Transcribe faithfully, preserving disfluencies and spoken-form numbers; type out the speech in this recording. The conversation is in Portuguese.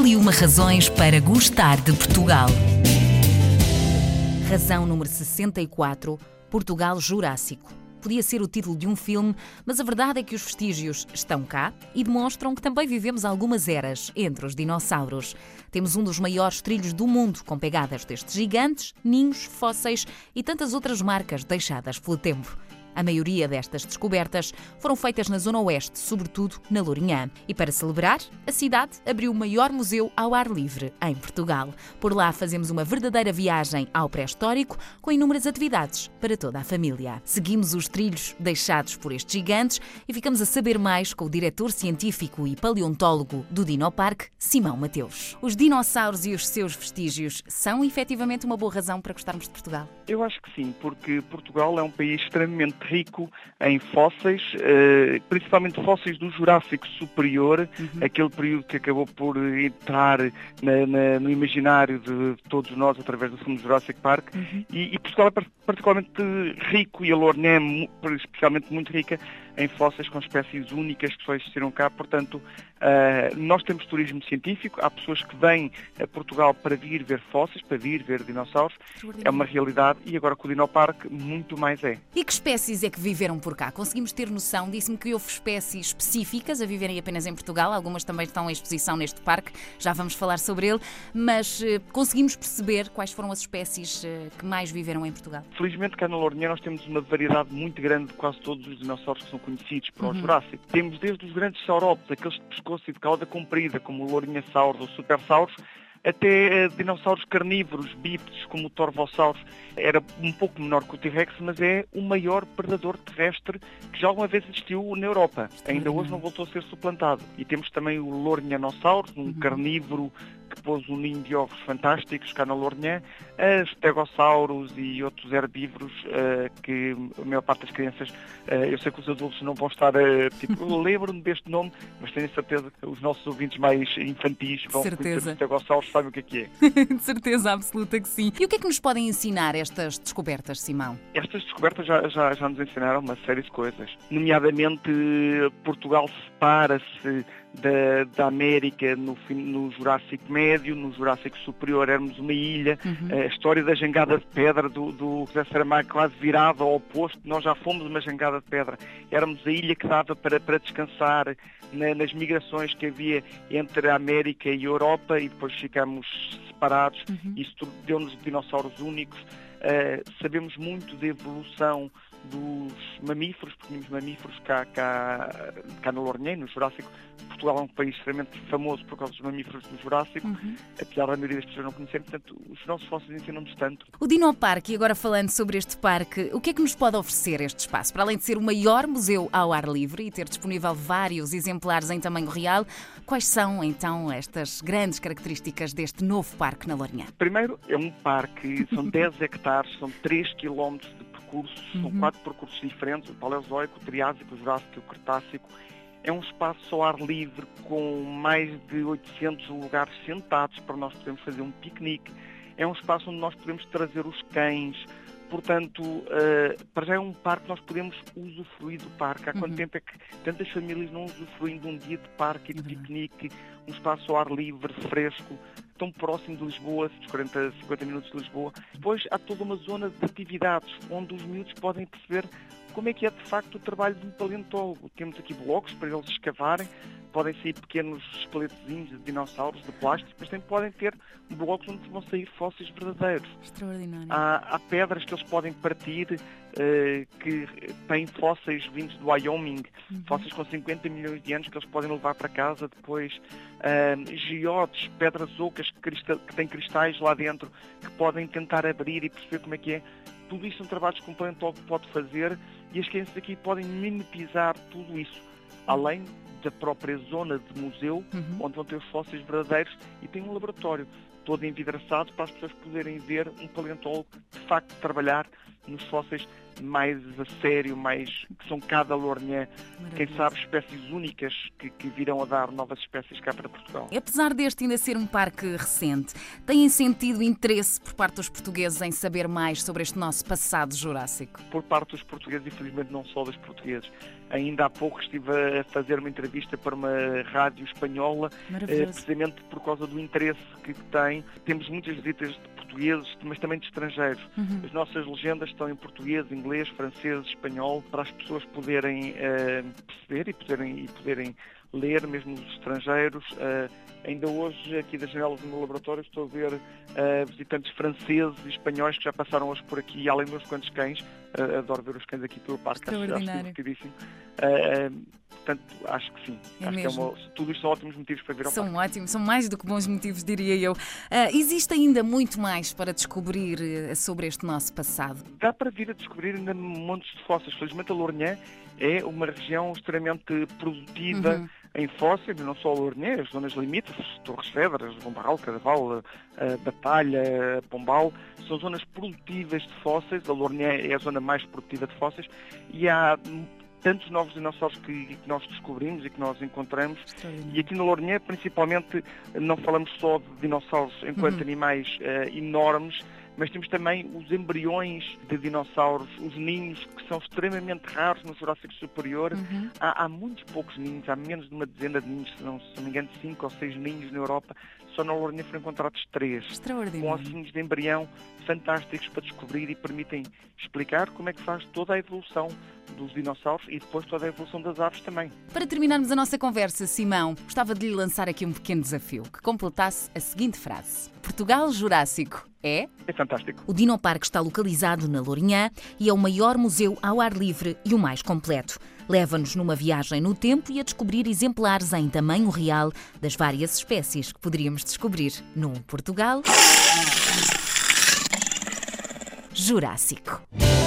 Mil e uma razões para gostar de Portugal. Razão número sessenta e quatro. Portugal Jurássico. Podia ser o título de um filme, mas a verdade é que os vestígios estão cá e demonstram que também vivemos algumas eras entre os dinossauros. Temos um dos maiores trilhos do mundo, com pegadas destes gigantes, ninhos, fósseis e tantas outras marcas deixadas pelo tempo. A maioria destas descobertas foram feitas na Zona Oeste, sobretudo na Lourinhã. E para celebrar, a cidade abriu o maior museu ao ar livre em Portugal. Por lá fazemos uma verdadeira viagem ao pré-histórico, com inúmeras atividades para toda a família. Seguimos os trilhos deixados por estes gigantes e ficamos a saber mais com o diretor científico e paleontólogo do Dinoparque, Simão Mateus. Os dinossauros e os seus vestígios são efetivamente uma boa razão para gostarmos de Portugal? Eu acho que sim, porque Portugal é um país extremamente rico em fósseis, principalmente fósseis do Jurássico Superior, uhum. aquele período que acabou por entrar na, na, no imaginário de todos nós através do filme Jurassic Park, uhum. e, e Portugal é particularmente rico, e a Lourinhã é especialmente muito rica em fósseis com espécies únicas que só existiram cá. Portanto, uh, nós temos turismo científico, há pessoas que vêm a Portugal para vir ver fósseis, para vir ver dinossauros, é uma realidade, e agora com o Dinoparque muito mais é. E que espécies é que viveram por cá? Conseguimos ter noção? Disse-me que houve espécies específicas a viverem apenas em Portugal, algumas também estão em exposição neste parque, já vamos falar sobre ele, mas uh, conseguimos perceber quais foram as espécies uh, que mais viveram em Portugal? Felizmente cá na Lourinhã nós temos uma variedade muito grande de quase todos os dinossauros que são conhecidos para o uhum. Jurássico. Temos desde os grandes saurópodes, aqueles de pescoço e de cauda comprida, como o Lourinhasaurus ou Supersaurus, até uh, dinossauros carnívoros, bípedes, como o Torvosaurus. Era um pouco menor que o T-Rex, mas é o maior predador terrestre que já alguma vez existiu na Europa. Ainda hoje não voltou a ser suplantado. E temos também o Lourinhanosaurus, um uhum. carnívoro que pôs um ninho de ovos fantásticos cá na Lourinhã, as Stegossauros e outros herbívoros uh, que a maior parte das crianças, uh, eu sei que os adultos não vão estar, uh, tipo, lembro-me deste nome, mas tenho certeza que os nossos ouvintes mais infantis vão conhecer os Stegossauros, sabem o que é que é. De certeza absoluta que sim. E o que é que nos podem ensinar estas descobertas, Simão? Estas descobertas já, já, já nos ensinaram uma série de coisas. Nomeadamente, Portugal separa-se Da, da América no, no Jurássico Médio, no Jurássico Superior éramos uma ilha, uhum. a história da jangada de pedra do, do José Saramago quase virada ao oposto, nós já fomos uma jangada de pedra, éramos a ilha que dava para, para descansar na, nas migrações que havia entre a América e a Europa, e depois ficámos separados, uhum. isso deu-nos dinossauros únicos. Uh, sabemos muito da evolução dos mamíferos, porque tínhamos mamíferos cá, cá, cá na Lourinhã, no Jurássico. Portugal é um país extremamente famoso por causa dos mamíferos do Jurássico, uhum. apesar da maioria das pessoas não conhecerem, portanto, os nossos fósseis ensinam-nos tanto. O Dinoparque, e agora falando sobre este parque, o que é que nos pode oferecer este espaço? Para além de ser o maior museu ao ar livre e ter disponível vários exemplares em tamanho real, quais são, então, estas grandes características deste novo parque na Lourinhã? Primeiro, é um parque, são dez hectares, são três quilómetros de percursos, uhum. são quatro percursos diferentes, o Paleozoico, o Triásico, o Jurássico e o Cretácico. É um espaço ao ar livre com mais de oitocentos lugares sentados para nós podermos fazer um piquenique. É um espaço onde nós podemos trazer os cães. Portanto, uh, para já é um parque que nós podemos usufruir do parque. Há quanto uhum. tempo é que tantas famílias não usufruem de um dia de parque e de uhum. piquenique, um espaço ao ar livre, fresco, tão próximo de Lisboa, dos quarenta, cinquenta minutos de Lisboa. Depois há toda uma zona de atividades onde os miúdos podem perceber como é que é de facto o trabalho de um paleontólogo. Temos aqui blocos para eles escavarem, podem sair pequenos esqueletozinhos de dinossauros, de plástico, mas também podem ter blocos onde vão sair fósseis verdadeiros. Extraordinário. Há, há pedras que eles podem partir, uh, que têm fósseis vindos do Wyoming, uhum. fósseis com cinquenta milhões de anos que eles podem levar para casa depois. Uh, geodes, pedras ocas que, cristal, que têm cristais lá dentro, que podem tentar abrir e perceber como é que é. Tudo isso são trabalhos que um paleontólogo pode fazer, e as crianças aqui podem mimetizar tudo isso, além da própria zona de museu, uhum. onde vão ter os fósseis verdadeiros, e tem um laboratório todo envidraçado para as pessoas poderem ver um paleontólogo de facto trabalhar nos fósseis mais a sério, mais que são cá da Lourinhã, quem sabe espécies únicas que, que virão a dar novas espécies cá para Portugal. Apesar deste ainda ser um parque recente, têm sentido interesse por parte dos portugueses em saber mais sobre este nosso passado jurássico? Por parte dos portugueses, infelizmente não só dos portugueses. Ainda há pouco estive a fazer uma entrevista para uma rádio espanhola, eh, precisamente por causa do interesse que tem. Temos muitas visitas de portugueses, mas também de estrangeiros. Uhum. As nossas legendas estão em português, inglês, francês, espanhol, para as pessoas poderem uh, perceber e poderem, e poderem ler, mesmo os estrangeiros. Uh, ainda hoje, aqui das janelas do meu laboratório, estou a ver uh, visitantes franceses e espanhóis que já passaram hoje por aqui, além dos quantos cães. Uh, adoro ver os cães aqui pelo parque, acho, acho divertidíssimo. Uh, portanto, acho que sim. É acho mesmo. Que é uma, tudo isto são ótimos motivos para vir ao são parque. São ótimos, são mais do que bons motivos, diria eu. Uh, existe ainda muito mais para descobrir uh, sobre este nosso passado? Dá para vir a descobrir ainda montes de fósseis. Felizmente a Lourinhã é uma região extremamente produtiva uhum. em fósseis, não só a Lourinhã, as zonas limítrofes, Torres Vedras, Bom Barral, Cadaval, Batalha, Pombal, são zonas produtivas de fósseis. A Lourinhã é a zona mais produtiva de fósseis e há tantos novos dinossauros que, que nós descobrimos e que nós encontramos. E aqui na Lourinhã, principalmente, não falamos só de dinossauros enquanto uhum. animais uh, enormes, mas temos também os embriões de dinossauros, os ninhos, que são extremamente raros no Jurássico Superior. Uhum. Há, há muitos poucos ninhos, há menos de uma dezena de ninhos, se não, se não me engano, cinco ou seis ninhos na Europa. Só na Lourinhã foram encontrados três, com ossinhos de embrião fantásticos para descobrir e permitem explicar como é que faz toda a evolução dos dinossauros e depois toda a evolução das aves também. Para terminarmos a nossa conversa, Simão, gostava de lhe lançar aqui um pequeno desafio, que completasse a seguinte frase: Portugal Jurássico é... É fantástico. O Dinoparque está localizado na Lourinhã e é o maior museu ao ar livre e o mais completo. Leva-nos numa viagem no tempo e a descobrir exemplares em tamanho real das várias espécies que poderíamos descobrir num Portugal Jurássico.